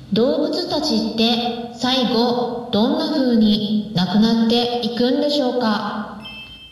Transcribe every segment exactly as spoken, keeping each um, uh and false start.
動物たちって最後どんな風に亡くなっていくんでしょうか。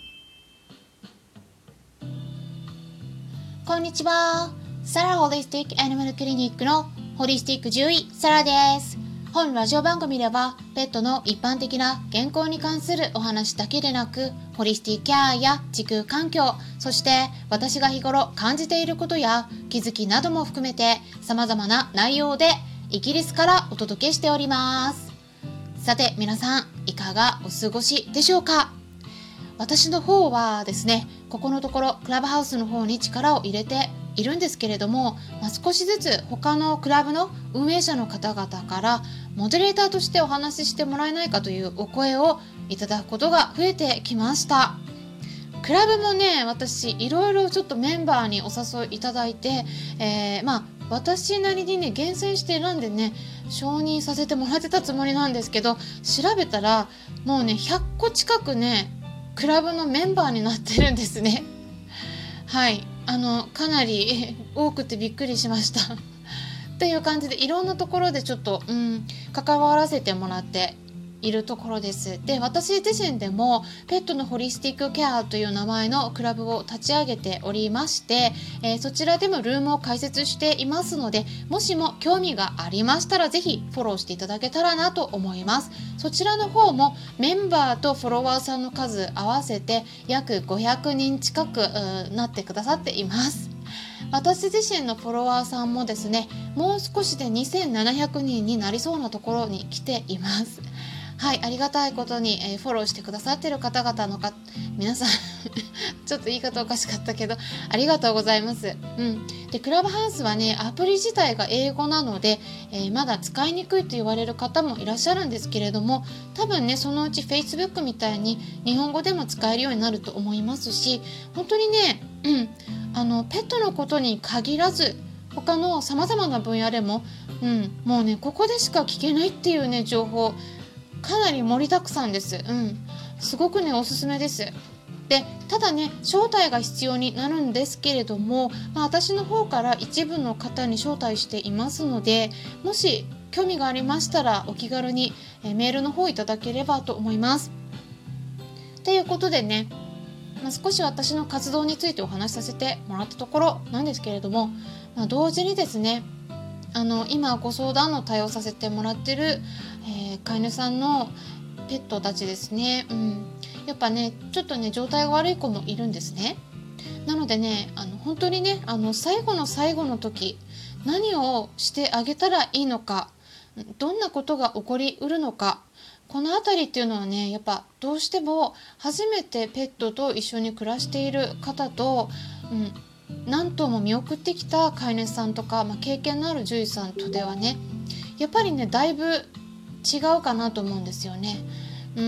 こんにちは。サラホリスティックアニマルクリニックのホリスティック獣医サラです。本ラジオ番組ではペットの一般的な健康に関するお話だけでなく、ホリスティックケアや地球環境、そして私が日頃感じていることや気づきなども含めて様々な内容でイギリスからお届けしております。さて皆さん、いかがお過ごしでしょうか。私の方はですね、ここのところクラブハウスの方に力を入れているんですけれども、まあ、少しずつ他のクラブの運営者の方々からモデレーターとしてお話ししてもらえないかというお声をいただくことが増えてきました。クラブもね、私いろいろちょっとメンバーにお誘いいただいて、えー、まあ私なりにね厳選して選んでね承認させてもらってたつもりなんですけど、調べたらもうねひゃっこ近くねクラブのメンバーになってるんですね。はい、あのかなり多くてびっくりしましたという感じで、いろんなところでちょっと、うん、関わらせてもらっているところです。で、私自身でもペットのホリスティックケアという名前のクラブを立ち上げておりまして、えー、そちらでもルームを開設していますので、もしも興味がありましたらぜひフォローしていただけたらなと思います。そちらの方もメンバーとフォロワーさんの数合わせて約ごひゃくにん近くなってくださっています。私自身のフォロワーさんもですね、もう少しでにせんななひゃくにんになりそうなところに来ています。はい、ありがたいことに、えー、フォローしてくださっている方々のか皆さんちょっと言い方おかしかったけどありがとうございます。うん、でクラブハウスはねアプリ自体が英語なので、えー、まだ使いにくいと言われる方もいらっしゃるんですけれども、多分ねそのうち Facebook みたいに日本語でも使えるようになると思いますし、本当にね、うん、あのペットのことに限らず他のさまざまな分野でも、うん、もうねここでしか聞けないっていうね情報かなり盛りだくさんです。うん、すごくねおすすめです。でただね招待が必要になるんですけれども、まあ、私の方から一部の方に招待していますので、もし興味がありましたらお気軽にえメールの方いただければと思います。ということでね、まあ、少し私の活動についてお話しさせてもらったところなんですけれども、まあ、同時にですね、あの今ご相談の対応させてもらってる、えー、飼い主さんのペットたちですね、うん、やっぱねちょっとね状態が悪い子もいるんですね。なのでね、あの本当にねあの最後の最後の時何をしてあげたらいいのか、どんなことが起こりうるのか、このあたりっていうのはねやっぱどうしても初めてペットと一緒に暮らしている方と、うん何頭も見送ってきた飼い主さんとか、まあ、経験のある獣医さんとではねやっぱりねだいぶ違うかなと思うんですよね。うん、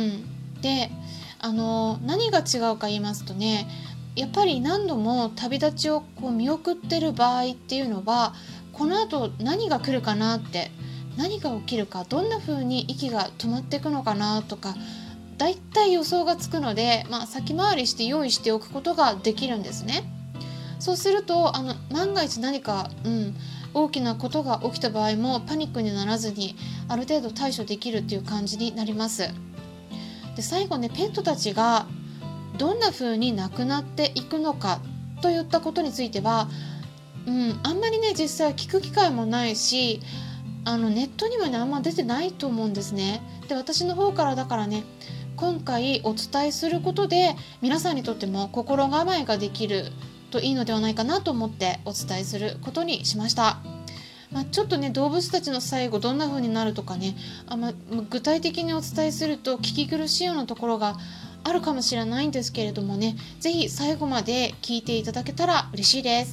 であの何が違うか言いますとね、やっぱり何度も旅立ちをこう見送ってる場合っていうのは、この後何が来るかなって、何が起きるか、どんな風に息が止まっていくのかなとかだいたい予想がつくので、まあ、先回りして用意しておくことができるんですね。そうするとあの万が一何か、うん、大きなことが起きた場合もパニックにならずにある程度対処できるっていう感じになります。で最後ねペットたちがどんな風に亡くなっていくのかといったことについては、うん、あんまりね実際聞く機会もないし、あのネットにはねあんま出てないと思うんですね。で私の方からだからね今回お伝えすることで皆さんにとっても心構えができるといいのではないかなと思ってお伝えすることにしました。まあ、ちょっとね動物たちの最後どんな風になるとかね、あ、ま、具体的にお伝えすると聞き苦しいようなところがあるかもしれないんですけれどもね、ぜひ最後まで聞いていただけたら嬉しいです。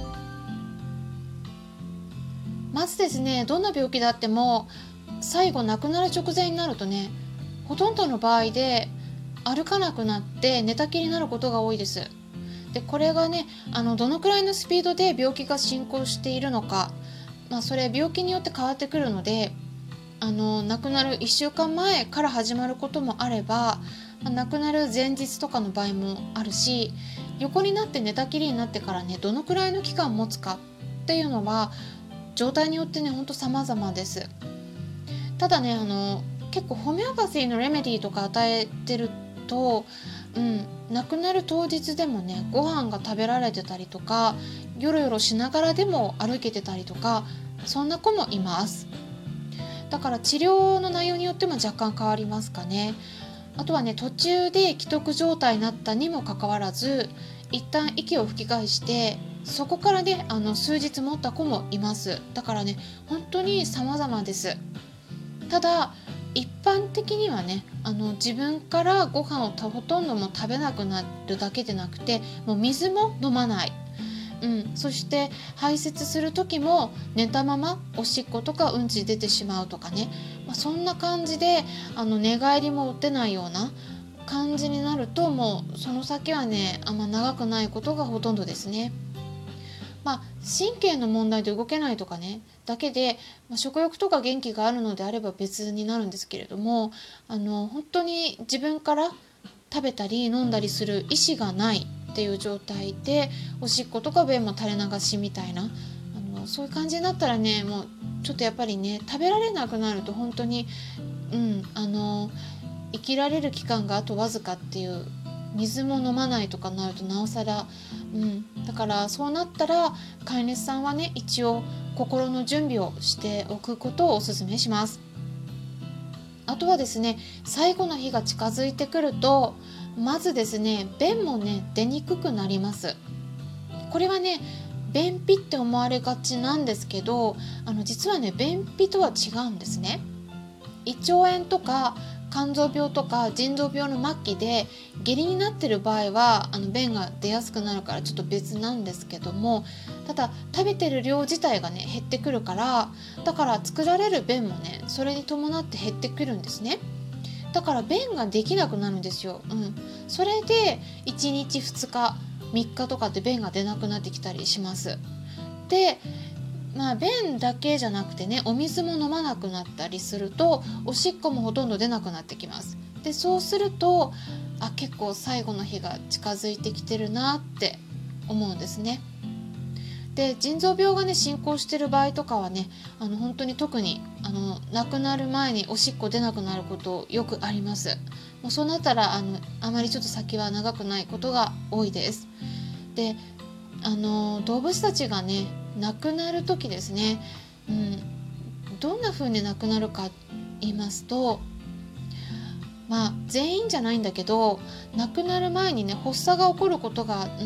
まずですね、どんな病気であっても最後亡くなる直前になるとね、ほとんどの場合で歩かなくなって寝たきりになることが多いです。でこれがねあのどのくらいのスピードで病気が進行しているのか、まあ、それ病気によって変わってくるので、あの亡くなるいっしゅうかんまえから始まることもあれば、まあ、亡くなる前日とかの場合もあるし、横になって寝たきりになってからねどのくらいの期間持つかっていうのは状態によってねほんと様々です。ただねあの結構ホメオパシーのレメディーとか与えてると、うん、亡くなる当日でもねご飯が食べられてたりとか、よろよろしながらでも歩けてたりとか、そんな子もいます。だから治療の内容によっても若干変わりますかね。あとはね途中で危篤状態になったにもかかわらず、一旦息を吹き返してそこからねあの数日持った子もいます。だからね本当に様々です。ただ一般的にはねあの自分からご飯をほとんども食べなくなるだけでなくて、もう水も飲まない、うん、そして排泄する時も寝たままおしっことかうんち出てしまうとかね、まあ、そんな感じであの寝返りも打てないような感じになると、もうその先はねあんま長くないことがほとんどですね。まあ、神経の問題で動けないとかねだけで、まあ、食欲とか元気があるのであれば別になるんですけれども、あの本当に自分から食べたり飲んだりする意思がないっていう状態で、おしっことか便も垂れ流しみたいな、あのそういう感じになったらね、もうちょっとやっぱりね食べられなくなると本当に、うん、あの生きられる期間があとわずかっていう、水も飲まないとかなるとなおさら、うん、だからそうなったら飼い主さんはね一応心の準備をしておくことをお勧めします。あとはですね、最後の日が近づいてくるとまずですね便もね出にくくなります。これはね便秘って思われがちなんですけど、あの実はね便秘とは違うんですね。胃腸炎とか肝臓病とか腎臓病の末期で下痢になってる場合はあの便が出やすくなるからちょっと別なんですけども、ただ食べてる量自体がね減ってくるから、だから作られる便もねそれに伴って減ってくるんですね。だから便ができなくなるんですよ、うん、それでいちにちふつかみっかとかって便が出なくなってきたりします。でまあ、便だけじゃなくてねお水も飲まなくなったりするとおしっこもほとんど出なくなってきます。でそうするとあ結構最後の日が近づいてきてるなって思うんですね。で腎臓病がね進行してる場合とかはねあの本当に特にあの亡くなる前におしっこ出なくなることよくあります。もうそうなったらあのあまりちょっと先は長くないことが多いです。であの動物たちがね亡くなる時ですね、うん、どんな風に亡くなるか言いますと、まあ全員じゃないんだけど亡くなる前にね発作が起こることが、うん、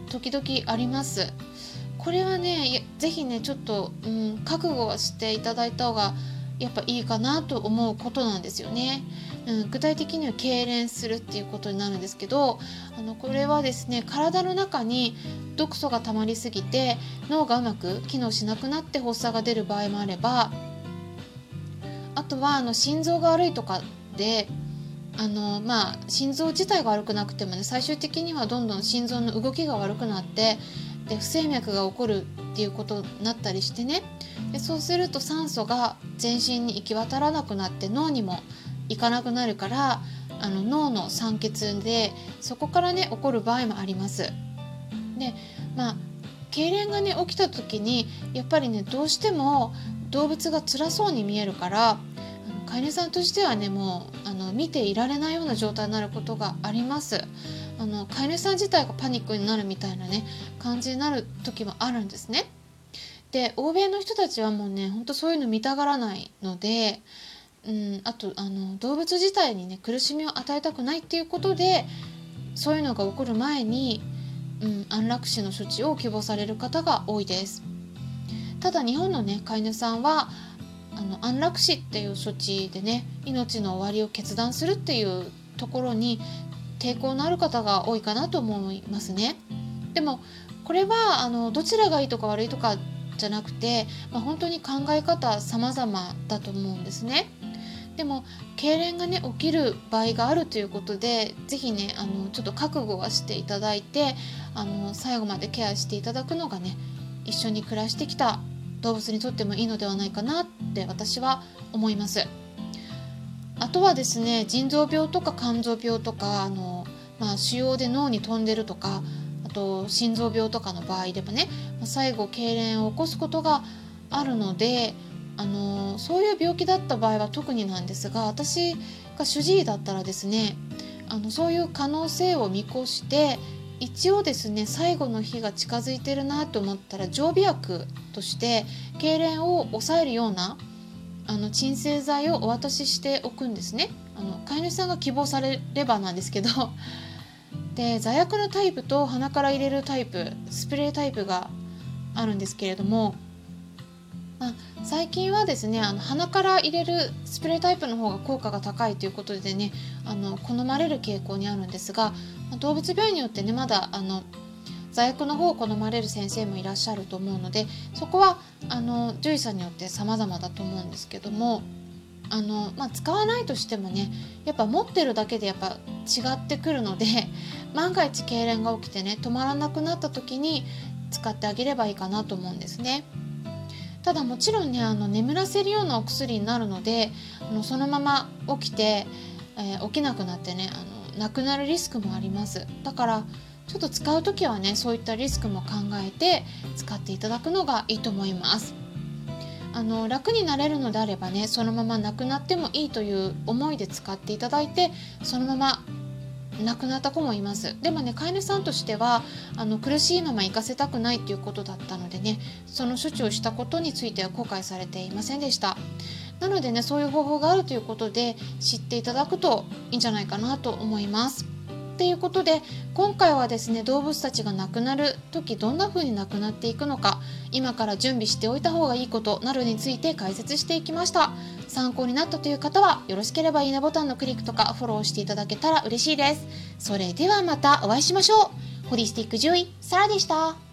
時々あります。これはねぜひねちょっと、うん、覚悟はしていただいた方がやっぱいいかなと思うことなんですよね。うん、具体的には痙攣するっていうことになるんですけど、あのこれはですね体の中に毒素が溜まりすぎて脳がうまく機能しなくなって発作が出る場合もあれば、あとはあの心臓が悪いとかであの、まあ、心臓自体が悪くなくてもね最終的にはどんどん心臓の動きが悪くなってで不整脈が起こるっていうことになったりしてね、でそうすると酸素が全身に行き渡らなくなって脳にも行かなくなるから、あの脳の酸欠でそこからね起こる場合もあります。でまあ痙攣がね起きた時にやっぱりねどうしても動物が辛そうに見えるから、あの飼い主さんとしてはねもうあの見ていられないような状態になることがあります。あの飼い主さん自体がパニックになるみたいなね感じになる時もあるんですね。で欧米の人たちはもうねほんとそういうの見たがらないので、うん、あとあの動物自体にね苦しみを与えたくないっていうことでそういうのが起こる前に、うん、安楽死の処置を希望される方が多いです。ただ日本のね飼い主さんはあの安楽死っていう処置でね命の終わりを決断するっていうところに抵抗のある方が多いかなと思いますね。でもこれはあのどちらがいいとか悪いとかじゃなくて、まあ、本当に考え方様々だと思うんですね。でも痙攣がね起きる場合があるということでぜひねあのちょっと覚悟はしていただいて、あの最後までケアしていただくのがね一緒に暮らしてきた動物にとってもいいのではないかなって私は思います。あとはですね腎臓病とか肝臓病とかあの、まあ、腫瘍で脳に飛んでるとか、あと心臓病とかの場合でもね最後痙攣を起こすことがあるので、あのそういう病気だった場合は特になんですが、私が主治医だったらですね、あのそういう可能性を見越して一応ですね、最後の日が近づいてるなと思ったら常備薬として痙攣を抑えるようなあの鎮静剤をお渡ししておくんですね。あの飼い主さんが希望されればなんですけどで、座薬のタイプと鼻から入れるタイプ、スプレータイプがあるんですけれども、まあ、最近はですね、あの鼻から入れるスプレータイプの方が効果が高いということでね、あの好まれる傾向にあるんですが、動物病院によってね、まだあの座薬の方を好まれる先生もいらっしゃると思うので、そこはあの獣医さんによって様々だと思うんですけども、あの、まあ、使わないとしてもね、やっぱ持ってるだけでやっぱ違ってくるので、万が一痙攣が起きてね、止まらなくなった時に使ってあげればいいかなと思うんですね。ただもちろんね、あの眠らせるようなお薬になるので、あのそのまま起きて、えー起きなくなってね、あの亡くなるリスクもあります。だからちょっと使うときはね、そういったリスクも考えて使っていただくのがいいと思います。あの楽になれるのであればね、そのまま亡くなってもいいという思いで使っていただいて、そのまま亡くなった子もいます。でもね、飼い主さんとしてはあの苦しいまま行かせたくないっていうことだったのでね、その処置をしたことについては後悔されていませんでした。なのでね、そういう方法があるということで知っていただくといいんじゃないかなと思います。ということで、今回はですね、動物たちが亡くなる時どんな風に亡くなっていくのか、今から準備しておいた方がいいことなどについて解説していきました。参考になったという方はよろしければいいねボタンのクリックとかフォローしていただけたら嬉しいです。それではまたお会いしましょう。ホリスティック獣医サラでした。